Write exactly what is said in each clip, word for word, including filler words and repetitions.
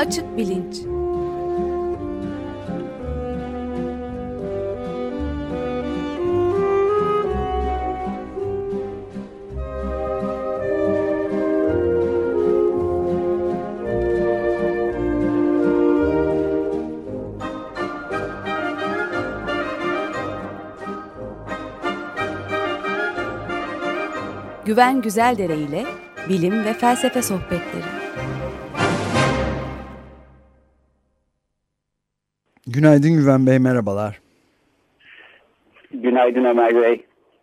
Açık Bilinç. Güven Güzeldere ile bilim ve felsefe sohbetleri. Günaydın Güven Bey, merhabalar. Günaydın Ömer Bey.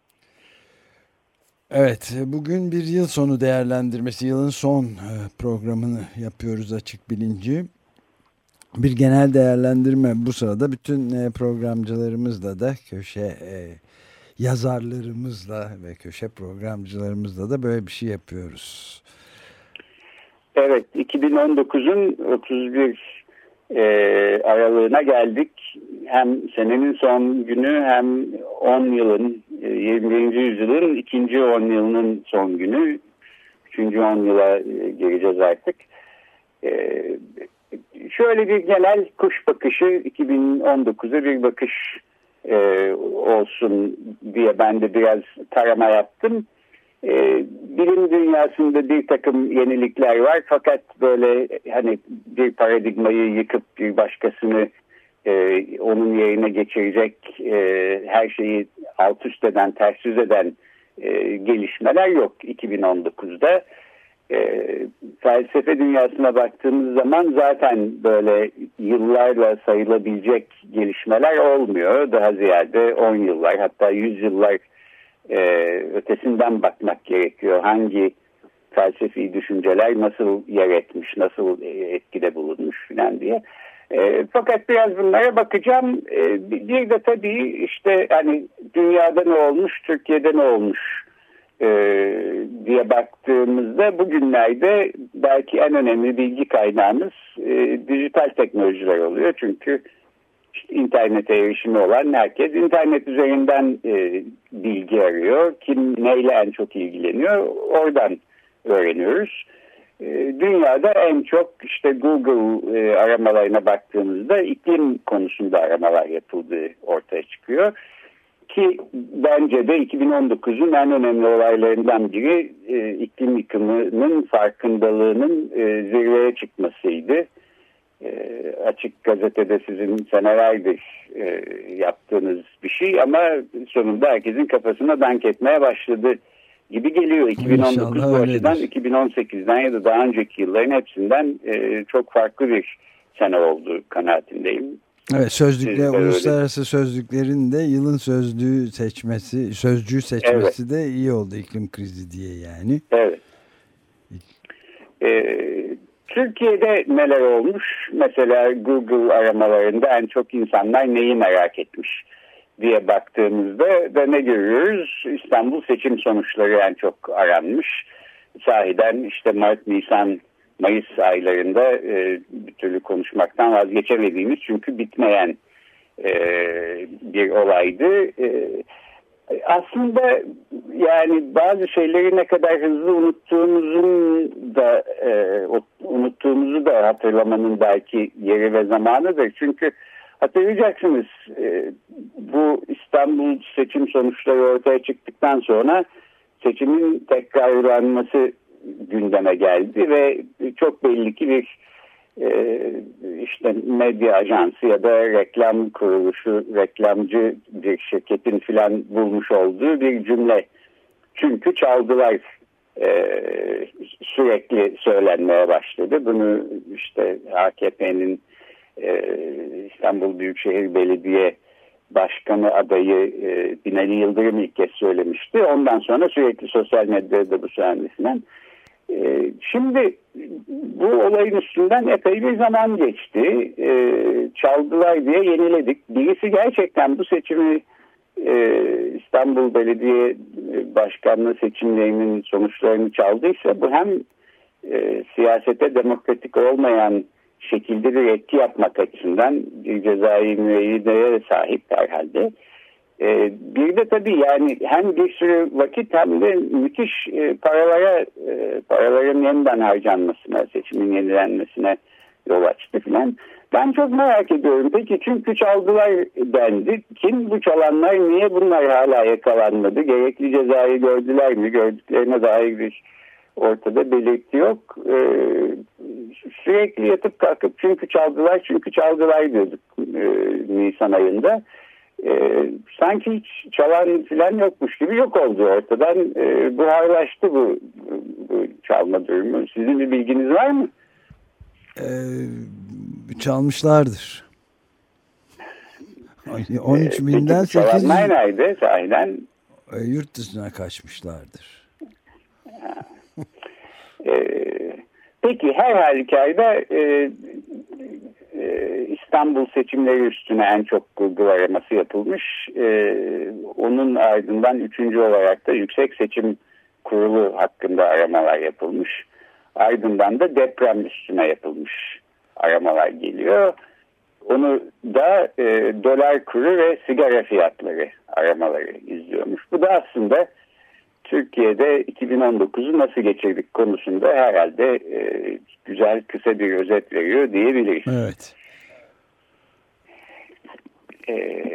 Evet, bugün bir yıl sonu değerlendirmesi, yılın son programını yapıyoruz Açık Bilinci. Bir genel değerlendirme bu sırada bütün programcılarımızla da köşe yazarlarımızla ve köşe programcılarımızla da böyle bir şey yapıyoruz. Evet, iki bin on dokuzun otuz bir e, aralığına geldik. Hem senenin son günü hem on yılın, e, yirmi birinci yüzyılın ikinci on yılının son günü. Üçüncü on yıla e, gireceğiz artık. E, şöyle bir genel kuş bakışı, iki bin on dokuza bir bakış e, olsun diye ben de biraz tarama yaptım. Ee, bilim dünyasında bir takım yenilikler var, fakat böyle hani bir paradigmayı yıkıp bir başkasını e, onun yerine geçirecek, e, her şeyi alt üst eden, ters yüz eden e, gelişmeler yok iki bin on dokuzda. E, felsefe dünyasına baktığımız zaman zaten böyle yıllarla sayılabilecek gelişmeler olmuyor. Daha ziyade on yıllar, hatta yüz yıllar Ee, ötesinden bakmak gerekiyor. Hangi felsefi düşünceler nasıl yer etmiş, nasıl etkide bulunmuş filan diye. E, fakat biraz bunlara bakacağım. E, bir de tabii işte hani dünyada ne olmuş, Türkiye'de ne olmuş e, diye baktığımızda bugünlerde belki en önemli bilgi kaynağımız e, dijital teknolojiler oluyor. Çünkü İşte internete erişimi olan herkes internet üzerinden e, bilgi arıyor. Kim neyle en çok ilgileniyor, oradan öğreniyoruz. E, dünyada en çok işte Google e, aramalarına baktığımızda iklim konusunda aramalar yapıldığı ortaya çıkıyor. Ki bence de iki bin on dokuzun en önemli olaylarından biri e, iklim yıkımının farkındalığının e, zirveye çıkmasıydı. E, açık gazetede sizin senelerdir e, yaptığınız bir şey ama sonunda herkesin kafasına dank etmeye başladı gibi geliyor. iki bin on dokuz bu açıdan iki bin on sekizden ya da daha önceki yılların hepsinden e, çok farklı bir sene oldu kanaatindeyim. Evet, sözlükle uluslararası öyle. Sözlüklerin de yılın sözlüğü seçmesi, sözcüğü seçmesi evet. de iyi oldu, iklim krizi diye yani. Evet. Evet. Türkiye'de neler olmuş? Mesela Google aramalarında en çok insanlar neyi merak etmiş diye baktığımızda da ne görüyoruz? İstanbul seçim sonuçları en çok aranmış. Sahiden işte Mart, Nisan, Mayıs aylarında e, bir türlü konuşmaktan vazgeçemediğimiz, çünkü bitmeyen e, bir olaydı. E, Aslında yani bazı şeyleri ne kadar hızlı unuttuğumuzun da e, unuttuğumuzu da hatırlamanın belki yeri ve zamanıdır. Çünkü hatırlayacaksınız, e, bu İstanbul seçim sonuçları ortaya çıktıktan sonra seçimin tekrarlanması gündeme geldi ve çok belli ki bir e, işte medya ajansı ya da reklam kuruluşu, reklamcı bir şirketin filan bulmuş olduğu bir cümle. Çünkü çaldılar e, sürekli söylenmeye başladı. Bunu işte A K P'nin e, İstanbul Büyükşehir Belediye Başkanı adayı e, Binali Yıldırım ilk kez söylemişti. Ondan sonra sürekli sosyal medyada bu söylenmesinden. E, şimdi bu olayın üstünden epey bir zaman geçti. E, çaldılar diye yeniledik. Birisi gerçekten bu seçimi e, İstanbul Belediye Başkanlığı seçimlerinin sonuçlarını çaldıysa, bu hem e, siyasete demokratik olmayan şekilde bir etki yapmak açısından bir cezai müeyyideye sahip herhalde. Ee, bir de tabii yani hem bir sürü vakit hem de müthiş e, paralara, e, paraların yeniden harcanmasına, seçimin yenilenmesine yol açtı filan. Ben çok merak ediyorum. Peki çünkü çaldılar dendi. Kim bu çalanlar? Niye bunlar hala yakalanmadı? Gerekli cezayı gördüler mi? Gördüklerine dair bir ortada belirti yok. Ee, sürekli yatıp kalkıp çünkü çaldılar, çünkü çaldılar diyorduk e, Nisan ayında. Ee, sanki hiç çalan filan yokmuş gibi yok oldu ortadan. E, buharlaştı bu, bu çalma durumu. Sizin bir bilginiz var mı? Ee, çalmışlardır. on üç binden sekiz yüz çalanlar nerede sahiden? Yurt dışına kaçmışlardır. Ee, peki her halükarda e, e, İstanbul seçimleri üstüne en çok Google araması yapılmış. E, onun ardından üçüncü olarak da Yüksek Seçim Kurulu hakkında aramalar yapılmış. Ardından da deprem üstüne yapılmış aramalar geliyor. Onu da e, dolar kuru ve sigara fiyatları aramaları izliyormuş. Bu da aslında Türkiye'de iki bin on dokuzu nasıl geçirdik konusunda herhalde e, güzel kısa bir özet veriyor diyebiliriz. Evet. E,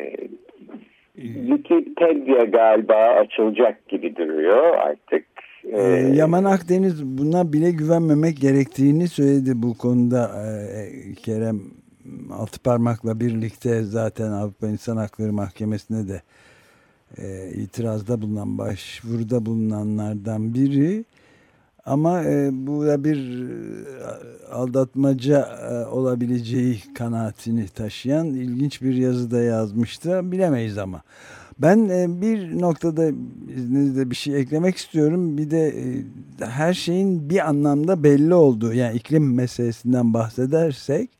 Wikipedia galiba açılacak gibi duruyor artık. E, Yaman Akdeniz buna bile güvenmemek gerektiğini söyledi bu konuda. E, Kerem Altıparmak'la birlikte zaten Avrupa İnsan Hakları Mahkemesi'ne de e, itirazda bulunan, başvuruda bulunanlardan biri. Ama e, bu da bir e, aldatmaca e, olabileceği kanaatini taşıyan ilginç bir yazıda yazmıştı. Bilemeyiz ama. Ben e, bir noktada izninizle bir şey eklemek istiyorum. Bir de e, her şeyin bir anlamda belli olduğu, yani iklim meselesinden bahsedersek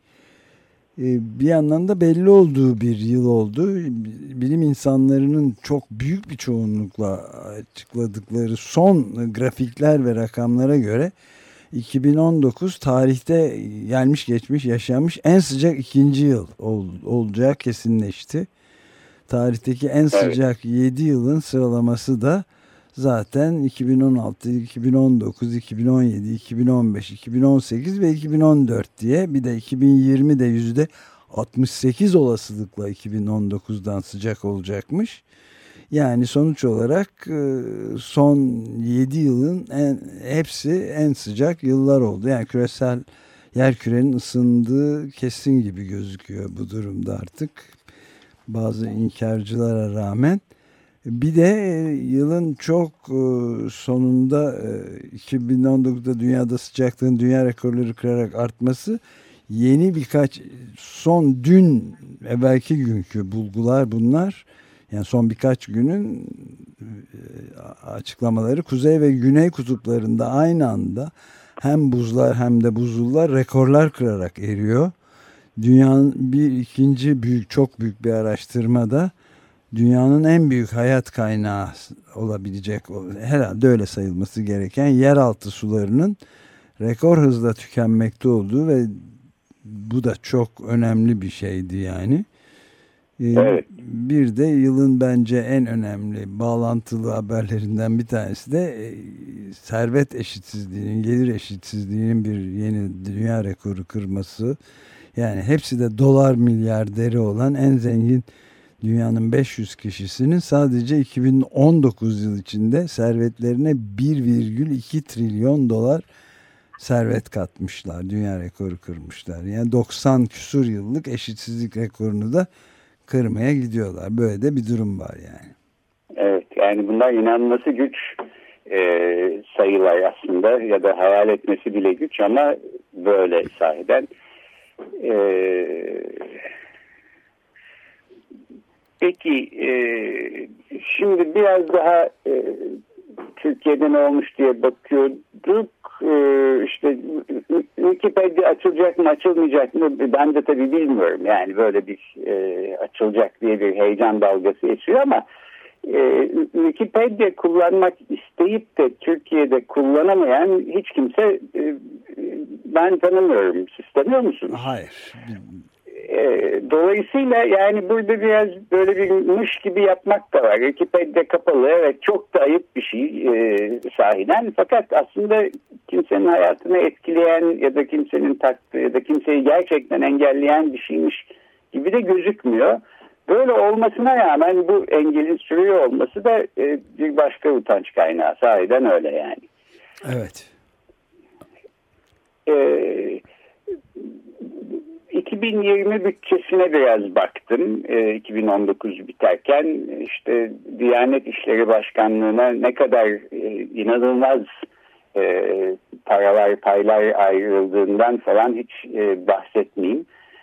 bir anlamda belli olduğu bir yıl oldu. Bilim insanlarının çok büyük bir çoğunlukla açıkladıkları son grafikler ve rakamlara göre iki bin on dokuz tarihte gelmiş geçmiş yaşanmış en sıcak ikinci yıl ol, olacağı kesinleşti. Tarihteki en sıcak evet. yedi yılın sıralaması da zaten iki bin on altı, iki bin on dokuz, iki bin on yedi, iki bin on beş, iki bin on sekiz ve iki bin on dört diye, bir de iki bin yirmide yüzde altmış sekiz olasılıkla iki bin on dokuzdan sıcak olacakmış. Yani sonuç olarak son yedi yılın en, hepsi en sıcak yıllar oldu. Yani küresel yerkürenin ısındığı kesin gibi gözüküyor bu durumda artık. Bazı inkarcılara rağmen. Bir de yılın çok sonunda iki bin on dokuzda dünyada sıcaklığın dünya rekorları kırarak artması, yeni birkaç son dün evvelki günkü bulgular bunlar. Yani son birkaç günün açıklamaları, kuzey ve güney kutuplarında aynı anda hem buzlar hem de buzullar rekorlar kırarak eriyor. Dünyanın bir ikinci büyük çok büyük bir araştırmada dünyanın en büyük hayat kaynağı olabilecek, herhalde öyle sayılması gereken yeraltı sularının rekor hızla tükenmekte olduğu ve bu da çok önemli bir şeydi yani. Evet. Bir de yılın bence en önemli bağlantılı haberlerinden bir tanesi de servet eşitsizliğinin, gelir eşitsizliğinin bir yeni dünya rekoru kırması. Yani hepsi de dolar milyarderi olan en zengin dünyanın beş yüz kişisinin sadece iki bin on dokuz yıl içinde servetlerine bir virgül iki trilyon dolar servet katmışlar. Dünya rekoru kırmışlar. Yani doksan küsur yıllık eşitsizlik rekorunu da kırmaya gidiyorlar. Böyle de bir durum var yani. Evet, yani bunlar inanması güç e, sayılar aslında, ya da hayal etmesi bile güç, ama böyle sahiden. E, peki e, şimdi biraz daha e, Türkiye'de ne olmuş diye bakıyorduk. Ee, işte Wikipedia açılacak mı açılmayacak mı ben de tabii bilmiyorum. Yani böyle bir e, açılacak diye bir heyecan dalgası esiyor ama e, Wikipedia kullanmak isteyip de Türkiye'de kullanamayan hiç kimse e, ben tanımıyorum. Siz tanıyor musunuz? Hayır. E, dolayısıyla yani burada biraz böyle bir mış gibi yapmak da var. Wikipedia kapalı, evet, çok da ayıp bir şey e, sahiden. Fakat aslında kimsenin hayatını etkileyen ya da kimsenin taktığı ya da kimseyi gerçekten engelleyen bir şeymiş gibi de gözükmüyor. Böyle olmasına rağmen bu engelin sürüyor olması da e, bir başka utanç kaynağı. Sahiden öyle yani. Evet. Ee, iki bin yirmi bütçesine biraz baktım. Ee, iki bin on dokuz biterken işte Diyanet İşleri Başkanlığı'na ne kadar e, inanılmaz e, paralar, paylar ayrıldığından falan hiç e, bahsetmeyeyim.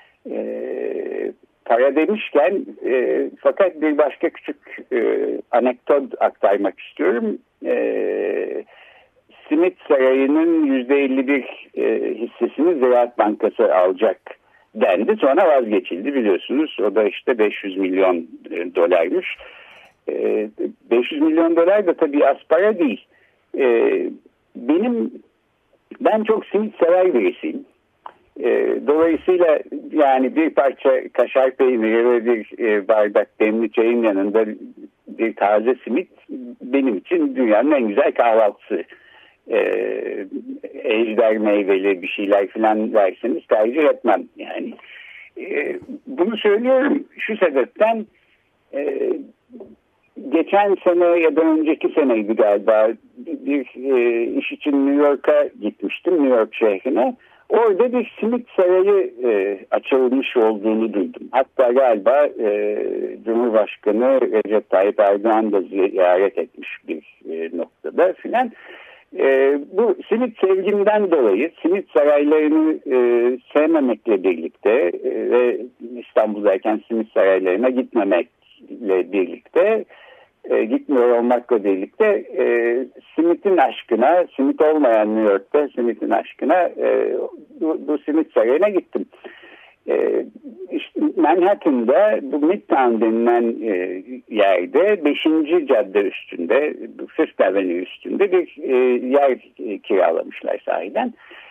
E, para demişken e, fakat bir başka küçük e, anekdot aktarmak istiyorum. E, Simit Sarayı'nın yüzde elli bir e, hissesini Ziraat Bankası alacak dendi. Sonra vazgeçildi biliyorsunuz. O da işte beş yüz milyon e, dolarmış. E, beş yüz milyon dolar da tabii az para değil. E, benim ben çok simit sever birisiyim. E, dolayısıyla yani bir parça kaşar peyniri ve bir e, bardak demli çayın yanında bir taze simit benim için dünyanın en güzel kahvaltısı. Ee, ejder meyveli bir şeyler filan verseniz tercih etmem yani. Ee, bunu söylüyorum şu sebepten, e, geçen sene ya da önceki seneydi galiba bir e, iş için New York'a gitmiştim, New York şehrine. Orada bir simit sarayı e, açılmış olduğunu duydum. Hatta galiba e, Cumhurbaşkanı Recep Tayyip Erdoğan da ziyaret etmiş bir e, noktada filan. E, bu simit sevgimden dolayı simit saraylarını e, sevmemekle birlikte e, ve İstanbul'dayken simit saraylarına gitmemekle birlikte e, gitmiyor olmakla birlikte e, simitin aşkına, simit olmayan New York'ta simitin aşkına e, bu, bu simit sarayına gittim. E, işte Manhattan'da bu Midtown denilen e, yerde beşinci cadde üstünde, Fifth Avenue üstünde bir e, yer e, kiralamışlar sahiden.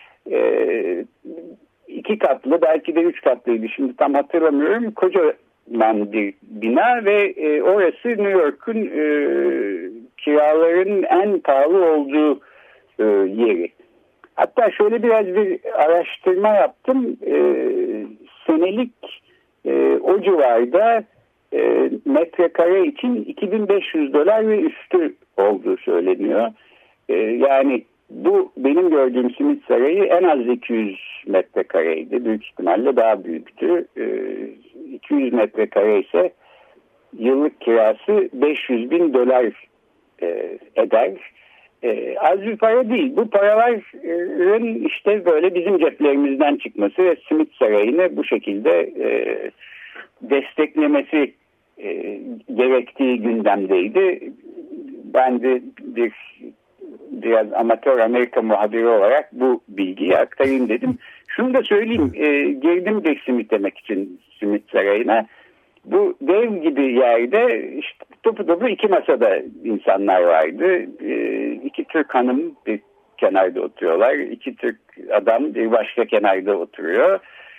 E, iki katlı, belki de üç katlıydı, şimdi tam hatırlamıyorum. Kocaman bir bina ve e, orası New York'un e, kiraların en pahalı olduğu e, yeri. Hatta şöyle biraz bir araştırma yaptım. E, senelik e, o civarda e, metrekare için iki bin beş yüz dolar ve üstü olduğu söyleniyor. E, yani bu benim gördüğüm simit sarayı en az iki yüz metrekareydi. Büyük ihtimalle daha büyüktü. E, iki yüz metrekare ise yıllık kirası beş yüz bin dolar e, eder. Ee, az bir para değil. Bu paraların işte böyle bizim ceplerimizden çıkması ve simit sarayını bu şekilde e, desteklemesi e, gerektiği gündemdeydi. Ben de bir biraz amatör Amerika muhabiri olarak bu bilgiyi aktarayım dedim. Şunu da söyleyeyim. E, girdim bir simit yemek için simit sarayına. Bu dev gibi yerde işte topu topu iki masada insanlar vardı. Ee, iki Türk hanım bir kenarda oturuyorlar. İki Türk adam bir başka kenarda oturuyor.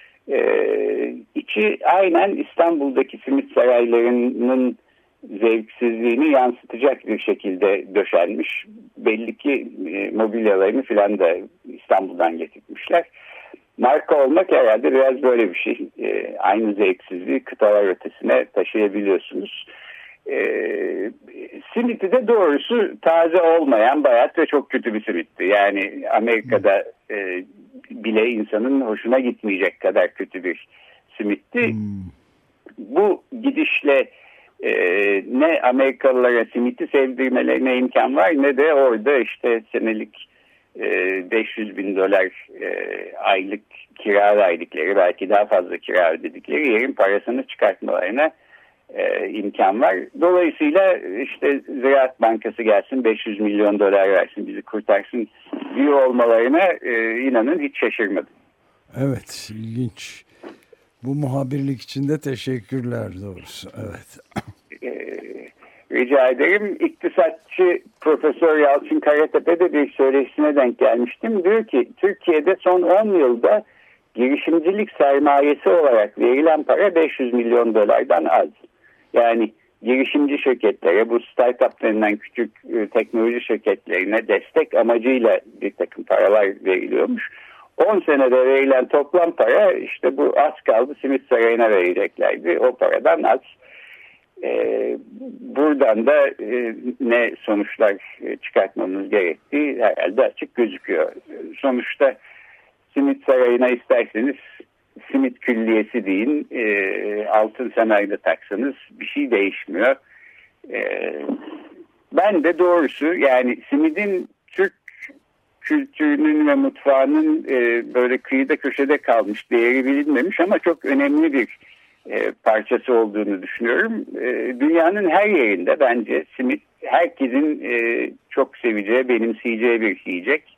Ee, içi aynen İstanbul'daki simit saraylarının zevksizliğini yansıtacak bir şekilde döşenmiş. Belli ki e, mobilyalarını filan da İstanbul'dan getirmişler. Marka olmak herhalde biraz böyle bir şey. E, aynı zevksizliği kıtalar ötesine taşıyabiliyorsunuz. E, simiti de doğrusu taze olmayan bayat ve çok kötü bir simitti. Yani Amerika'da e, bile insanın hoşuna gitmeyecek kadar kötü bir simitti. Hmm. Bu gidişle e, ne Amerikalılara simiti sevdirmelerine imkan var ne de orada işte senelik beş yüz bin dolar e, aylık kira verdikleri, belki daha fazla kira ödedikleri yerin parasını çıkartmalarına e, imkan var. Dolayısıyla işte Ziraat Bankası gelsin beş yüz milyon dolar versin bizi kurtarsın diyor olmalarına e, inanın hiç şaşırmadım. Evet, ilginç. Bu muhabirlik için de teşekkürler doğrusu. Evet. E, Rica ederim. İktisatçı Profesör Yalçın Karatepe de bir söyleşisine denk gelmiştim. Diyor ki Türkiye'de son on yılda girişimcilik sermayesi olarak verilen para beş yüz milyon dolardan az. Yani girişimci şirketlere, bu startup denilen küçük e, teknoloji şirketlerine destek amacıyla bir takım paralar veriliyormuş. on senede verilen toplam para işte bu az kaldı Simit Sarayı'na vereceklerdi. O paradan az. Ee, buradan da e, ne sonuçlar çıkartmamız gerektiği herhalde açık gözüküyor. Sonuçta Simit Sarayı'na isterseniz simit külliyesi deyin, e, altın semerde taksanız bir şey değişmiyor. E, ben de doğrusu yani simidin Türk kültürünün ve mutfağının e, böyle kıyıda köşede kalmış, değeri bilinmemiş ama çok önemli bir e, parçası olduğunu düşünüyorum. E, dünyanın her yerinde bence simit herkesin e, çok seveceği, benimseyeceği bir yiyecek.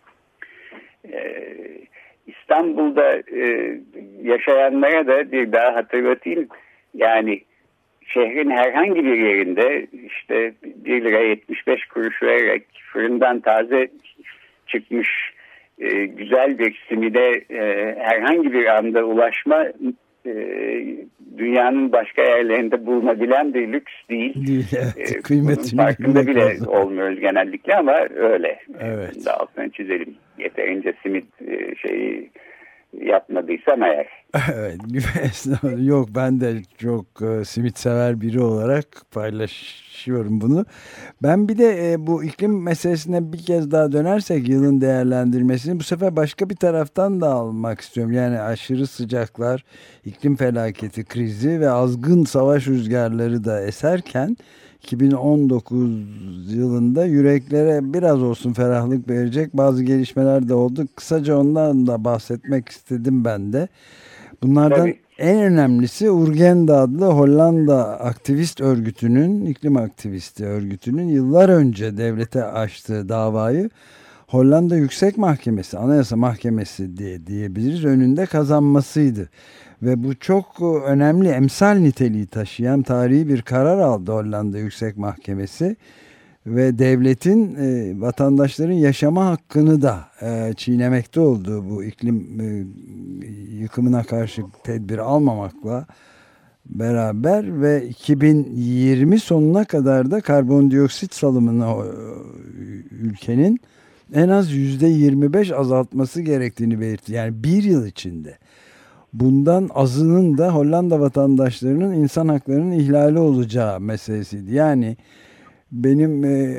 E, İstanbul'da e, yaşayanlara da bir daha hatırlatayım. Yani şehrin herhangi bir yerinde işte bir lira yetmiş beş kuruş vererek fırından taze çıkmış e, güzel bir simide e, herhangi bir anda ulaşma e, dünyanın başka yerlerinde bulunabilen bir lüks değil. Değil, evet. E, Kıymetini farkında bile lazım. olmuyoruz genellikle ama öyle. Evet. Bunu da altına çizelim. Yeterince simit e, şeyi yapmadıysam eğer. Evet, yok ben de çok e, simit sever biri olarak paylaşıyorum bunu. Ben bir de e, bu iklim meselesine bir kez daha dönersek yılın değerlendirmesini bu sefer başka bir taraftan da almak istiyorum. Yani aşırı sıcaklar, iklim felaketi, krizi ve azgın savaş rüzgarları da eserken iki bin on dokuz yılında yüreklere biraz olsun ferahlık verecek bazı gelişmeler de oldu. Kısaca ondan da bahsetmek istedim ben de. Bunlardan Tabii. en önemlisi Urgenda adlı Hollanda aktivist örgütünün, iklim aktivisti örgütünün yıllar önce devlete açtığı davayı Hollanda Yüksek Mahkemesi, Anayasa Mahkemesi diye diyebiliriz, önünde kazanmasıydı. Ve bu çok önemli, emsal niteliği taşıyan tarihi bir karar aldı Hollanda Yüksek Mahkemesi. Ve devletin e, vatandaşların yaşama hakkını da e, çiğnemekte olduğu bu iklim e, yıkımına karşı tedbir almamakla beraber ve iki bin yirmi sonuna kadar da karbondioksit salımını e, ülkenin en az yüzde yirmi beş azaltması gerektiğini belirtti. Yani bir yıl içinde. Bundan azının da Hollanda vatandaşlarının insan haklarının ihlali olacağı meselesiydi. Yani benim e,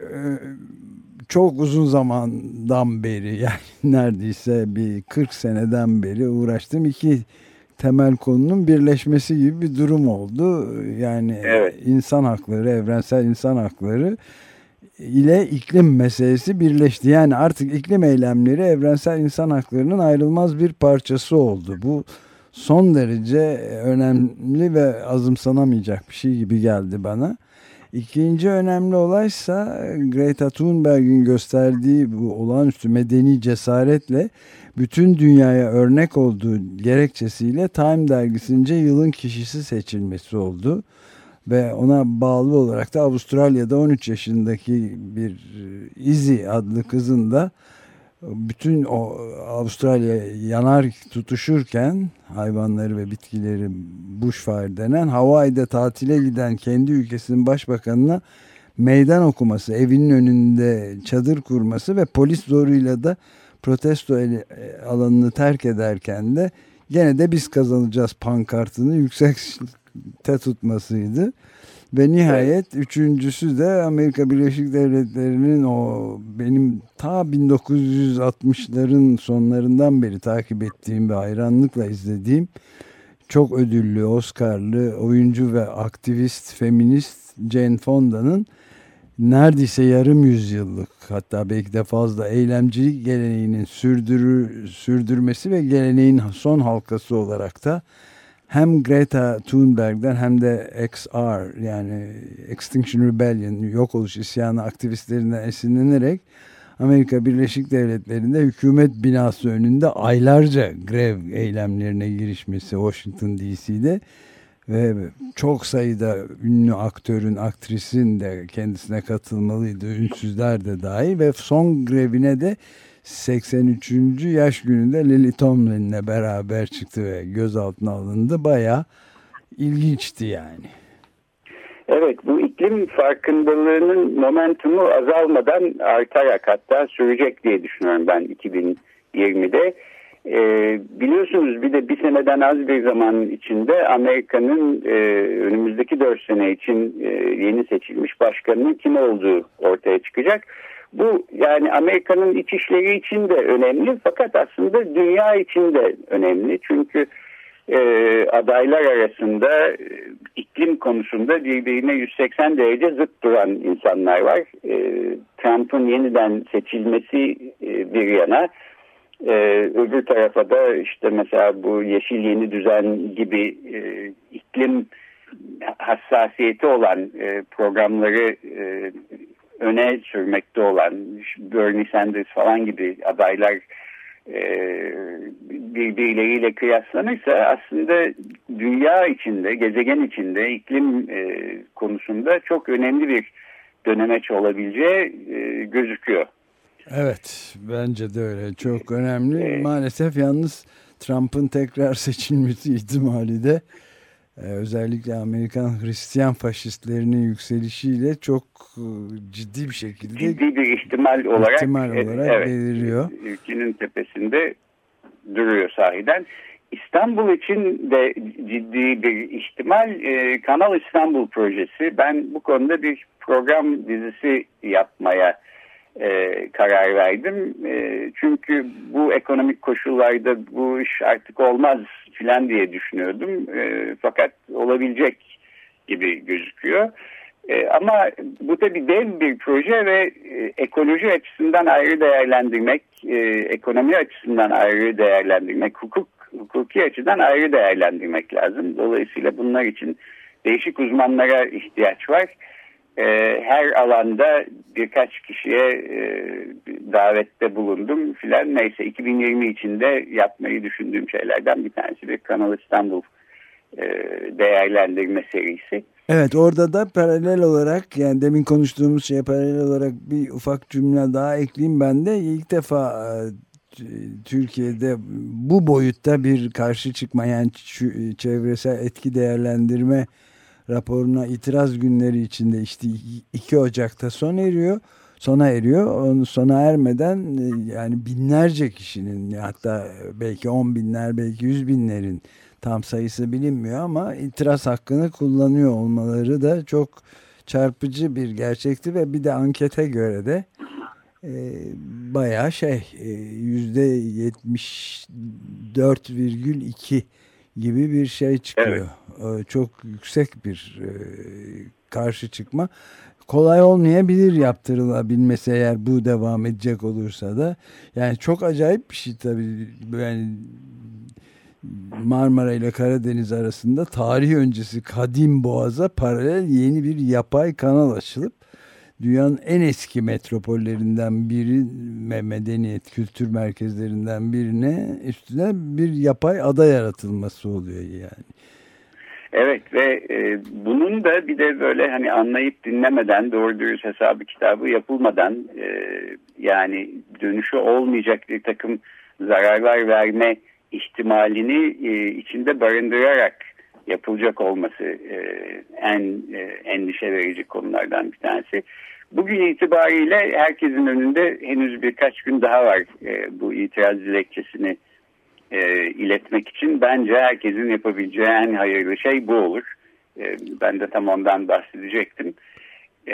çok uzun zamandan beri yani neredeyse bir kırk seneden beri uğraştığım iki temel konunun birleşmesi gibi bir durum oldu. Yani evet. insan hakları, evrensel insan hakları ile iklim meselesi birleşti. Yani artık iklim eylemleri evrensel insan haklarının ayrılmaz bir parçası oldu. Bu son derece önemli ve azımsanamayacak bir şey gibi geldi bana. İkinci önemli olaysa Greta Thunberg'in gösterdiği bu olağanüstü medeni cesaretle bütün dünyaya örnek olduğu gerekçesiyle Time dergisince yılın kişisi seçilmesi oldu. Ve ona bağlı olarak da Avustralya'da on üç yaşındaki bir Izzy adlı kızın da bütün o Avustralya yanar tutuşurken hayvanları ve bitkileri bushfire denen Hawaii'de tatile giden kendi ülkesinin başbakanına meydan okuması, evinin önünde çadır kurması ve polis zoruyla da protesto alanını terk ederken de gene de biz kazanacağız pankartını yüksekte tutmasıydı. Ve nihayet evet. üçüncüsü de Amerika Birleşik Devletleri'nin o benim ta bin dokuz yüz altmışların sonlarından beri takip ettiğim ve hayranlıkla izlediğim çok ödüllü, Oscar'lı oyuncu ve aktivist, feminist Jane Fonda'nın neredeyse yarım yüzyıllık hatta belki de fazla eylemcilik geleneğinin sürdürü, sürdürmesi ve geleneğin son halkası olarak da hem Greta Thunberg'den hem de X R yani Extinction Rebellion yok oluş isyanı aktivistlerinden esinlenerek Amerika Birleşik Devletleri'nde hükümet binası önünde aylarca grev eylemlerine girişmesi Washington D C'de ve çok sayıda ünlü aktörün, aktrisin de kendisine katılmalıydı, ünsüzler de dahil ve son grevine de seksen üçüncü yaş gününde Lily Tomlin'le beraber çıktı ve gözaltına alındı. Bayağı ilginçti yani. Evet, bu iklim farkındalığının momentumu azalmadan artarak hatta sürecek diye düşünüyorum ben iki bin yirmide. Ee, biliyorsunuz bir de bir seneden az bir zaman içinde Amerika'nın e, önümüzdeki dört sene için e, yeni seçilmiş başkanının kim olduğu ortaya çıkacak. Bu yani Amerika'nın iç işleri için de önemli fakat aslında dünya için de önemli. Çünkü e, adaylar arasında e, iklim konusunda birbirine yüz seksen derece zıt duran insanlar var. E, Trump'ın yeniden seçilmesi e, bir yana, e, öbür tarafa da işte mesela bu Yeşil Yeni Düzen gibi e, iklim hassasiyeti olan e, programları e, öne sürmekte olan Bernie Sanders falan gibi adaylar e, birbirleriyle kıyaslanırsa aslında dünya içinde, gezegen içinde iklim e, konusunda çok önemli bir dönemeç olabileceği e, gözüküyor. Evet, bence de öyle. Çok önemli. E, Maalesef yalnız Trump'ın tekrar seçilmesi ihtimali de özellikle Amerikan Hristiyan faşistlerinin yükselişiyle çok ciddi bir şekilde ciddi bir ihtimal olarak, ihtimal olarak evet, beliriyor. Ülkenin tepesinde duruyor sahiden. İstanbul için de ciddi bir ihtimal. Kanal İstanbul projesi. Ben bu konuda bir program dizisi yapmaya E, karar verdim. E, çünkü bu ekonomik koşullarda bu iş artık olmaz filan diye düşünüyordum. E, fakat olabilecek gibi gözüküyor. E, ama bu tabii dev bir proje ve e, ekoloji açısından ayrı değerlendirmek, e, ekonomi açısından ayrı değerlendirmek, hukuk hukuki açıdan ayrı değerlendirmek lazım. Dolayısıyla bunlar için değişik uzmanlara ihtiyaç var. Her alanda birkaç kişiye davette bulundum filan. Neyse iki bin yirmi içinde yapmayı düşündüğüm şeylerden bir tanesi bir Kanal İstanbul değerlendirme serisi. Evet, orada da paralel olarak, yani demin konuştuğumuz şeye paralel olarak bir ufak cümle daha ekleyeyim ben de. İlk defa Türkiye'de bu boyutta bir karşı çıkma, yani çevresel etki değerlendirme raporuna itiraz günleri içinde işte iki Ocak'ta son eriyor, sona eriyor. Onu sona ermeden yani binlerce kişinin, hatta belki on binler, belki yüz binlerin, tam sayısı bilinmiyor ama itiraz hakkını kullanıyor olmaları da çok çarpıcı bir gerçekti ve bir de ankete göre de e, bayağı şey yüzde yetmiş dört virgül iki gibi bir şey çıkıyor. Evet. Çok yüksek bir e, karşı çıkma. Kolay olmayabilir yaptırılabilmesi eğer bu devam edecek olursa da. Yani çok acayip bir şey tabii. Yani Marmara ile Karadeniz arasında tarih öncesi kadim boğaza paralel yeni bir yapay kanal açılıp dünyanın en eski metropollerinden biri, medeniyet kültür merkezlerinden birine üstüne bir yapay ada yaratılması oluyor yani. Evet ve e, bunun da bir de böyle hani anlayıp dinlemeden, doğru dürüst hesabı kitabı yapılmadan e, yani dönüşü olmayacak bir takım zararlar verme ihtimalini e, içinde barındırarak yapılacak olması e, en e, endişe verici konulardan bir tanesi. Bugün itibariyle herkesin önünde henüz birkaç gün daha var e, bu itiraz dilekçesini e, iletmek için. Bence herkesin yapabileceği en hayırlı şey bu olur. E, ben de tam ondan bahsedecektim. E,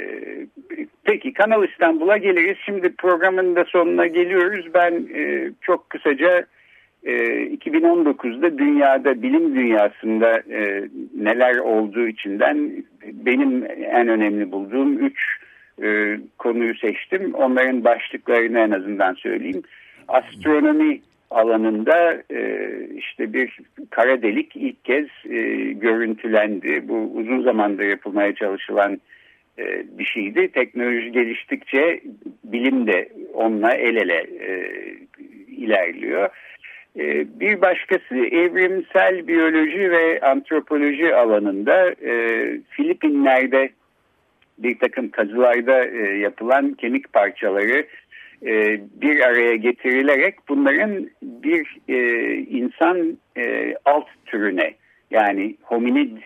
peki Kanal İstanbul'a geliriz. Şimdi programın da sonuna geliyoruz. Ben e, çok kısaca e, iki bin on dokuzda dünyada, bilim dünyasında e, neler olduğu içinden benim en önemli bulduğum üç e, konuyu seçtim. Onların başlıklarını en azından söyleyeyim. Astronomi alanında e, işte bir kara delik ilk kez e, görüntülendi. Bu uzun zamandır yapılmaya çalışılan e, bir şeydi. Teknoloji geliştikçe bilim de onunla el ele e, ilerliyor. E, bir başkası evrimsel biyoloji ve antropoloji alanında e, Filipinler'de bir takım kazılarda e, yapılan kemik parçaları e, bir araya getirilerek bunların bir e, insan e, alt türüne, yani hominid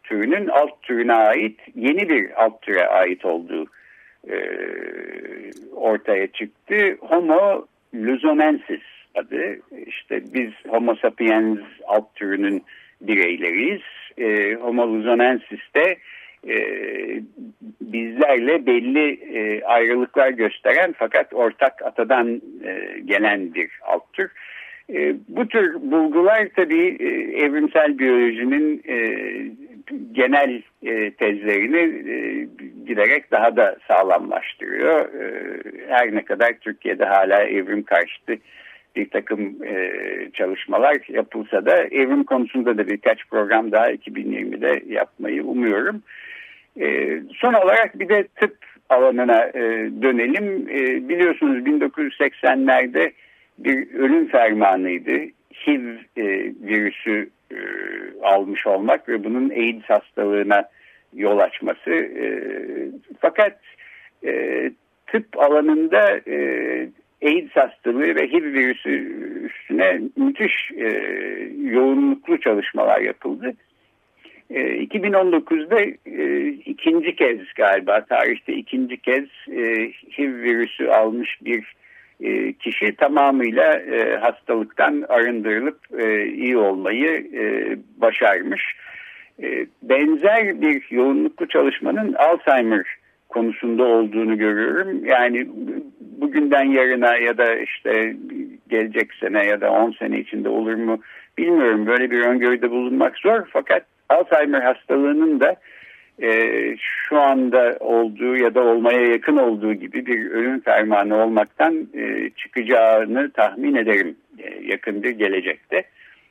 türünün alt türüne ait yeni bir alt türe ait olduğu e, ortaya çıktı. Homo luzonensis adı. İşte biz Homo sapiens alt türünün bireyleriyiz. E, Homo luzonensis de e, bizlerle belli e, ayrılıklar gösteren fakat ortak atadan e, gelen bir alt tür. E, bu tür bulgular tabii e, evrimsel biyolojinin e, genel e, tezlerini e, giderek daha da sağlamlaştırıyor. E, her ne kadar Türkiye'de hala evrim karşıtı bir takım e, çalışmalar yapılsa da evrim konusunda da birkaç program daha iki bin yirmide yapmayı umuyorum. E, son olarak bir de tıp alanına e, dönelim. E, biliyorsunuz bin dokuz yüz seksenlerde bir ölüm fermanıydı. H I V e, virüsü e, almış olmak ve bunun AIDS hastalığına yol açması. E, fakat e, tıp alanında e, AIDS hastalığı ve H I V virüsü üstüne müthiş e, yoğunluklu çalışmalar yapıldı. E, iki bin on dokuzda e, ikinci kez galiba tarihte ikinci kez e, H I V virüsü almış bir e, kişi tamamıyla e, hastalıktan arındırılıp e, iyi olmayı e, başarmış. E, benzer bir yoğunluklu çalışmanın Alzheimer konusunda olduğunu görüyorum. Yani bugünden yarına ya da işte gelecek sene ya da on sene içinde olur mu bilmiyorum. Böyle bir öngörüde bulunmak zor. Fakat Alzheimer hastalığının da e, şu anda olduğu ya da olmaya yakın olduğu gibi bir ölüm fermanı olmaktan e, çıkacağını tahmin ederim e, yakın bir gelecekte.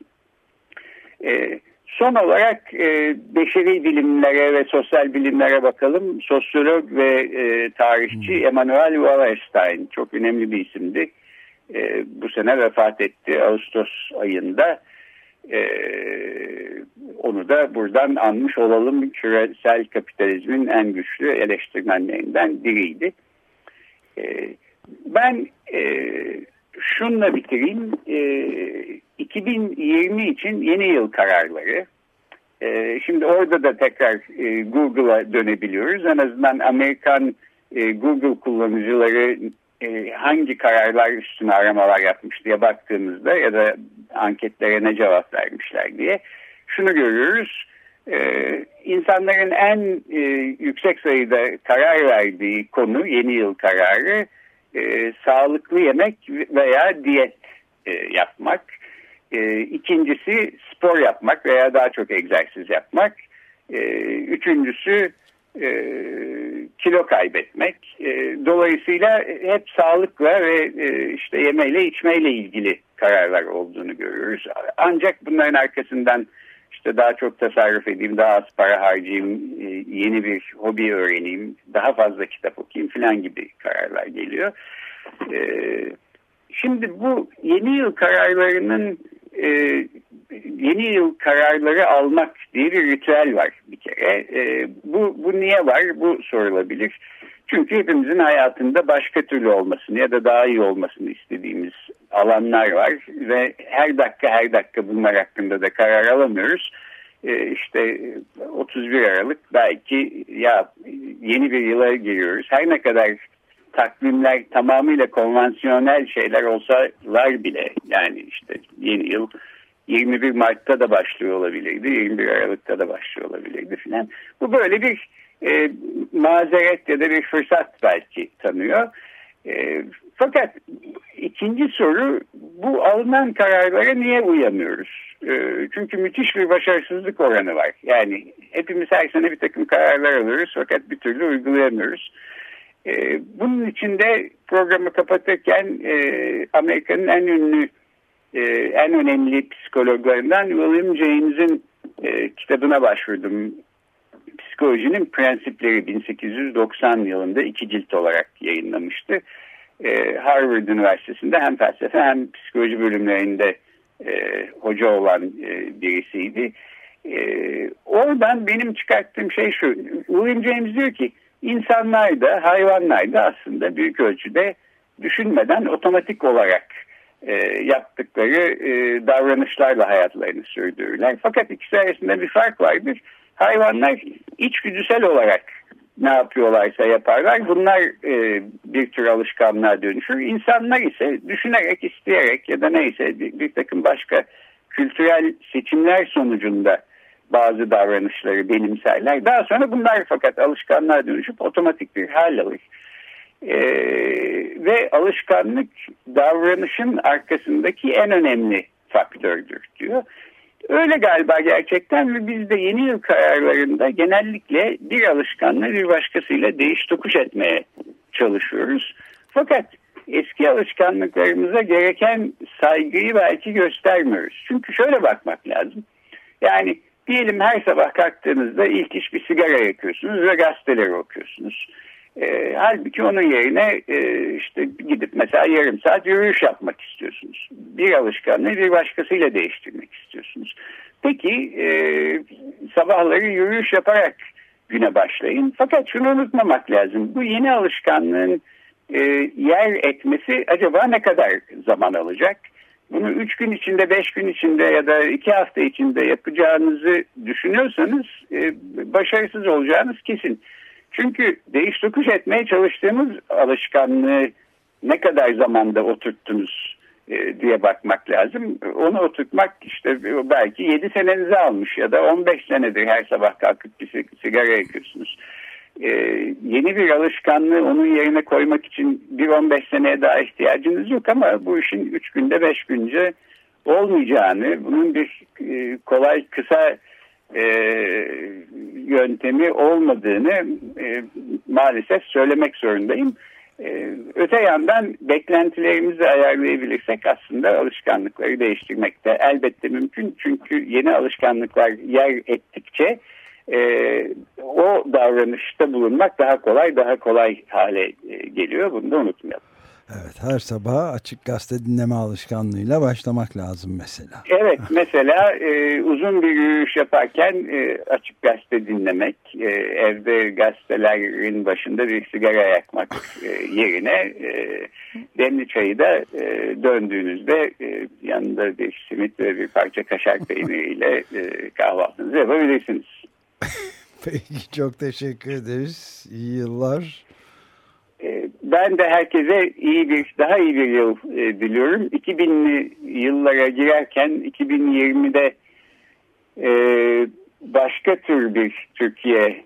E, son olarak e, beşeri bilimlere ve sosyal bilimlere bakalım. Sosyolog ve e, tarihçi Emanuel Wallerstein çok önemli bir isimdi. E, bu sene vefat etti Ağustos ayında. Ee, onu da buradan anmış olalım. Küresel kapitalizmin en güçlü eleştirmenlerinden biriydi. Ee, ben e, şunla bitireyim. Ee, iki bin yirmi için yeni yıl kararları. Ee, şimdi orada da tekrar e, Google'a dönebiliyoruz. En azından Amerikan e, Google kullanıcıları e, hangi kararlar üstüne aramalar yapmış diye baktığımızda ya da anketlere ne cevap vermişler diye şunu görüyoruz. Ee, insanların en e, yüksek sayıda karar verdiği konu yeni yıl kararı e, sağlıklı yemek veya diyet e, yapmak. E, ikincisi spor yapmak veya daha çok egzersiz yapmak. E, üçüncüsü e, kilo kaybetmek. E, dolayısıyla hep sağlıkla ve e, işte yemeyle içmeyle ilgili kararlar olduğunu görüyoruz. Ancak bunların arkasından işte daha çok tasarruf edeyim, daha az para harcayayım, yeni bir hobi öğreneyim, daha fazla kitap okuyayım falan gibi kararlar geliyor. Şimdi bu yeni yıl kararlarının yeni yıl kararları almak diye bir ritüel var bir kere. Bu, bu niye var? Bu sorulabilir. Çünkü hepimizin hayatında başka türlü olmasını ya da daha iyi olmasını istediğimiz alanlar var ve her dakika her dakika bunlar hakkında da karar alamıyoruz. Ee, işte otuz bir Aralık belki ya yeni bir yıla giriyoruz. Her ne kadar takvimler tamamıyla konvansiyonel şeyler olsalar bile yani işte yeni yıl yirmi bir Mart'ta da başlıyor olabilirdi, yirmi bir Aralık'ta da başlıyor olabilirdi filan. Bu böyle bir E, mazeret ya da bir fırsat belki tanıyor. E, fakat ikinci soru bu alınan kararlara niye uyamıyoruz? E, çünkü müthiş bir başarısızlık oranı var. Yani hepimiz her sene bir takım kararlar alıyoruz fakat bir türlü uygulayamıyoruz. E, bunun için de programı kapatırken e, Amerika'nın en ünlü e, en önemli psikologlarından William James'in e, kitabına başvurdum. Psikolojinin Prensipleri bin sekiz yüz doksan yılında iki cilt olarak yayınlamıştı. Ee, Harvard Üniversitesi'nde hem felsefe hem psikoloji bölümlerinde e, hoca olan e, birisiydi. E, oradan benim çıkarttığım şey şu. William James diyor ki insanlar da hayvanlar da aslında büyük ölçüde düşünmeden otomatik olarak e, yaptıkları e, davranışlarla hayatlarını sürdürürler. Fakat ikisi arasında bir fark vardır. Hayvanlar içgüdüsel olarak ne yapıyorlarsa yaparlar. Bunlar e, bir tür alışkanlığa dönüşür. İnsanlar ise düşünerek, isteyerek ya da neyse bir, bir takım başka kültürel seçimler sonucunda bazı davranışları benimserler. Daha sonra bunlar fakat alışkanlığa dönüşüp otomatik bir hal alır. Ee, ve alışkanlık davranışın arkasındaki en önemli faktördür diyor. Öyle galiba gerçekten ve biz de yeni yıl kararlarında genellikle bir alışkanlığı bir başkasıyla değiş tokuş etmeye çalışıyoruz. Fakat eski alışkanlıklarımıza gereken saygıyı belki göstermiyoruz. Çünkü şöyle bakmak lazım. Yani diyelim her sabah kalktığınızda ilk iş bir sigara yakıyorsunuz ve gazeteleri okuyorsunuz. E, halbuki onun yerine e, işte gidip mesela yarım saat yürüyüş yapmak istiyorsunuz. Bir alışkanlığı bir başkasıyla değiştirmek istiyorsunuz. Peki e, sabahları yürüyüş yaparak güne başlayın. Fakat şunu unutmamak lazım. Bu yeni alışkanlığın e, yer etmesi acaba ne kadar zaman alacak? Bunu üç gün içinde, beş gün içinde ya da iki hafta içinde yapacağınızı düşünüyorsanız e, başarısız olacağınız kesin. Çünkü değiş tokuş etmeye çalıştığımız alışkanlığı ne kadar zamanda oturttunuz e, diye bakmak lazım. Onu oturtmak işte belki yedi senenizi almış ya da on beş senedir her sabah kalkıp bir sigara yakıyorsunuz. E, yeni bir alışkanlığı onun yerine koymak için bir on beş seneye daha ihtiyacınız yok ama bu işin üç günde beş günce olmayacağını, bunun bir e, kolay kısa E, yöntemi olmadığını e, maalesef söylemek zorundayım. E, öte yandan beklentilerimizi ayarlayabilirsek aslında alışkanlıkları değiştirmek de elbette mümkün. Çünkü yeni alışkanlıklar yer ettikçe e, o davranışta bulunmak daha kolay daha kolay hale e, geliyor. Bunu da unutmayalım. Evet, her sabah Açık Gazete dinleme alışkanlığıyla başlamak lazım mesela. Evet, mesela e, uzun bir yürüyüş yaparken e, Açık Gazete dinlemek, e, evde gazetelerin başında bir sigara yakmak e, yerine e, demli çayı da e, döndüğünüzde e, yanında bir simit ve bir parça kaşar peyniriyle e, kahvaltınızı yapabilirsiniz. Peki, çok teşekkür ederiz. İyi yıllar. Ben de herkese iyi bir, daha iyi bir yıl e, diliyorum. iki binli yıllara girerken iki bin yirmide e, başka tür bir Türkiye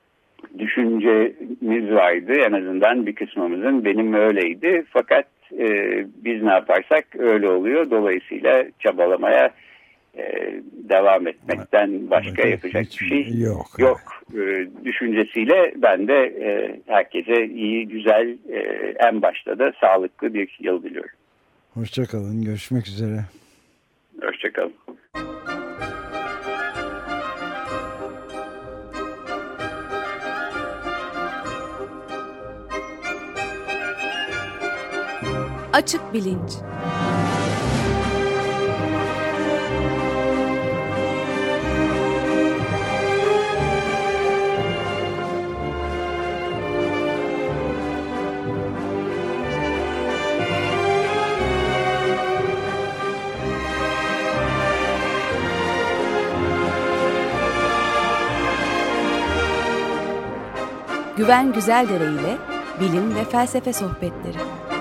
düşüncemiz vardı. En azından bir kısmımızın, benim öyleydi. Fakat e, biz ne yaparsak öyle oluyor. Dolayısıyla çabalamaya e, devam etmekten başka evet, yapacak bir şey yok. yok. E, düşüncesiyle ben de e, herkese iyi, güzel, e, en başta da sağlıklı bir yıl diliyorum. Hoşçakalın. Görüşmek üzere. Hoşçakalın. Açık Bilinç. Güven Güzeldere ile bilim ve felsefe sohbetleri.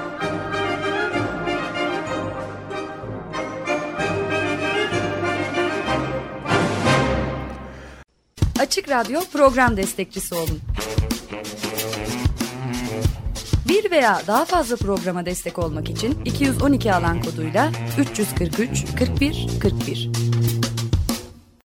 Açık Radyo program destekçisi olun. Bir veya daha fazla programa destek olmak için iki yüz on iki alan koduyla üç yüz kırk üç kırk bir kırk bir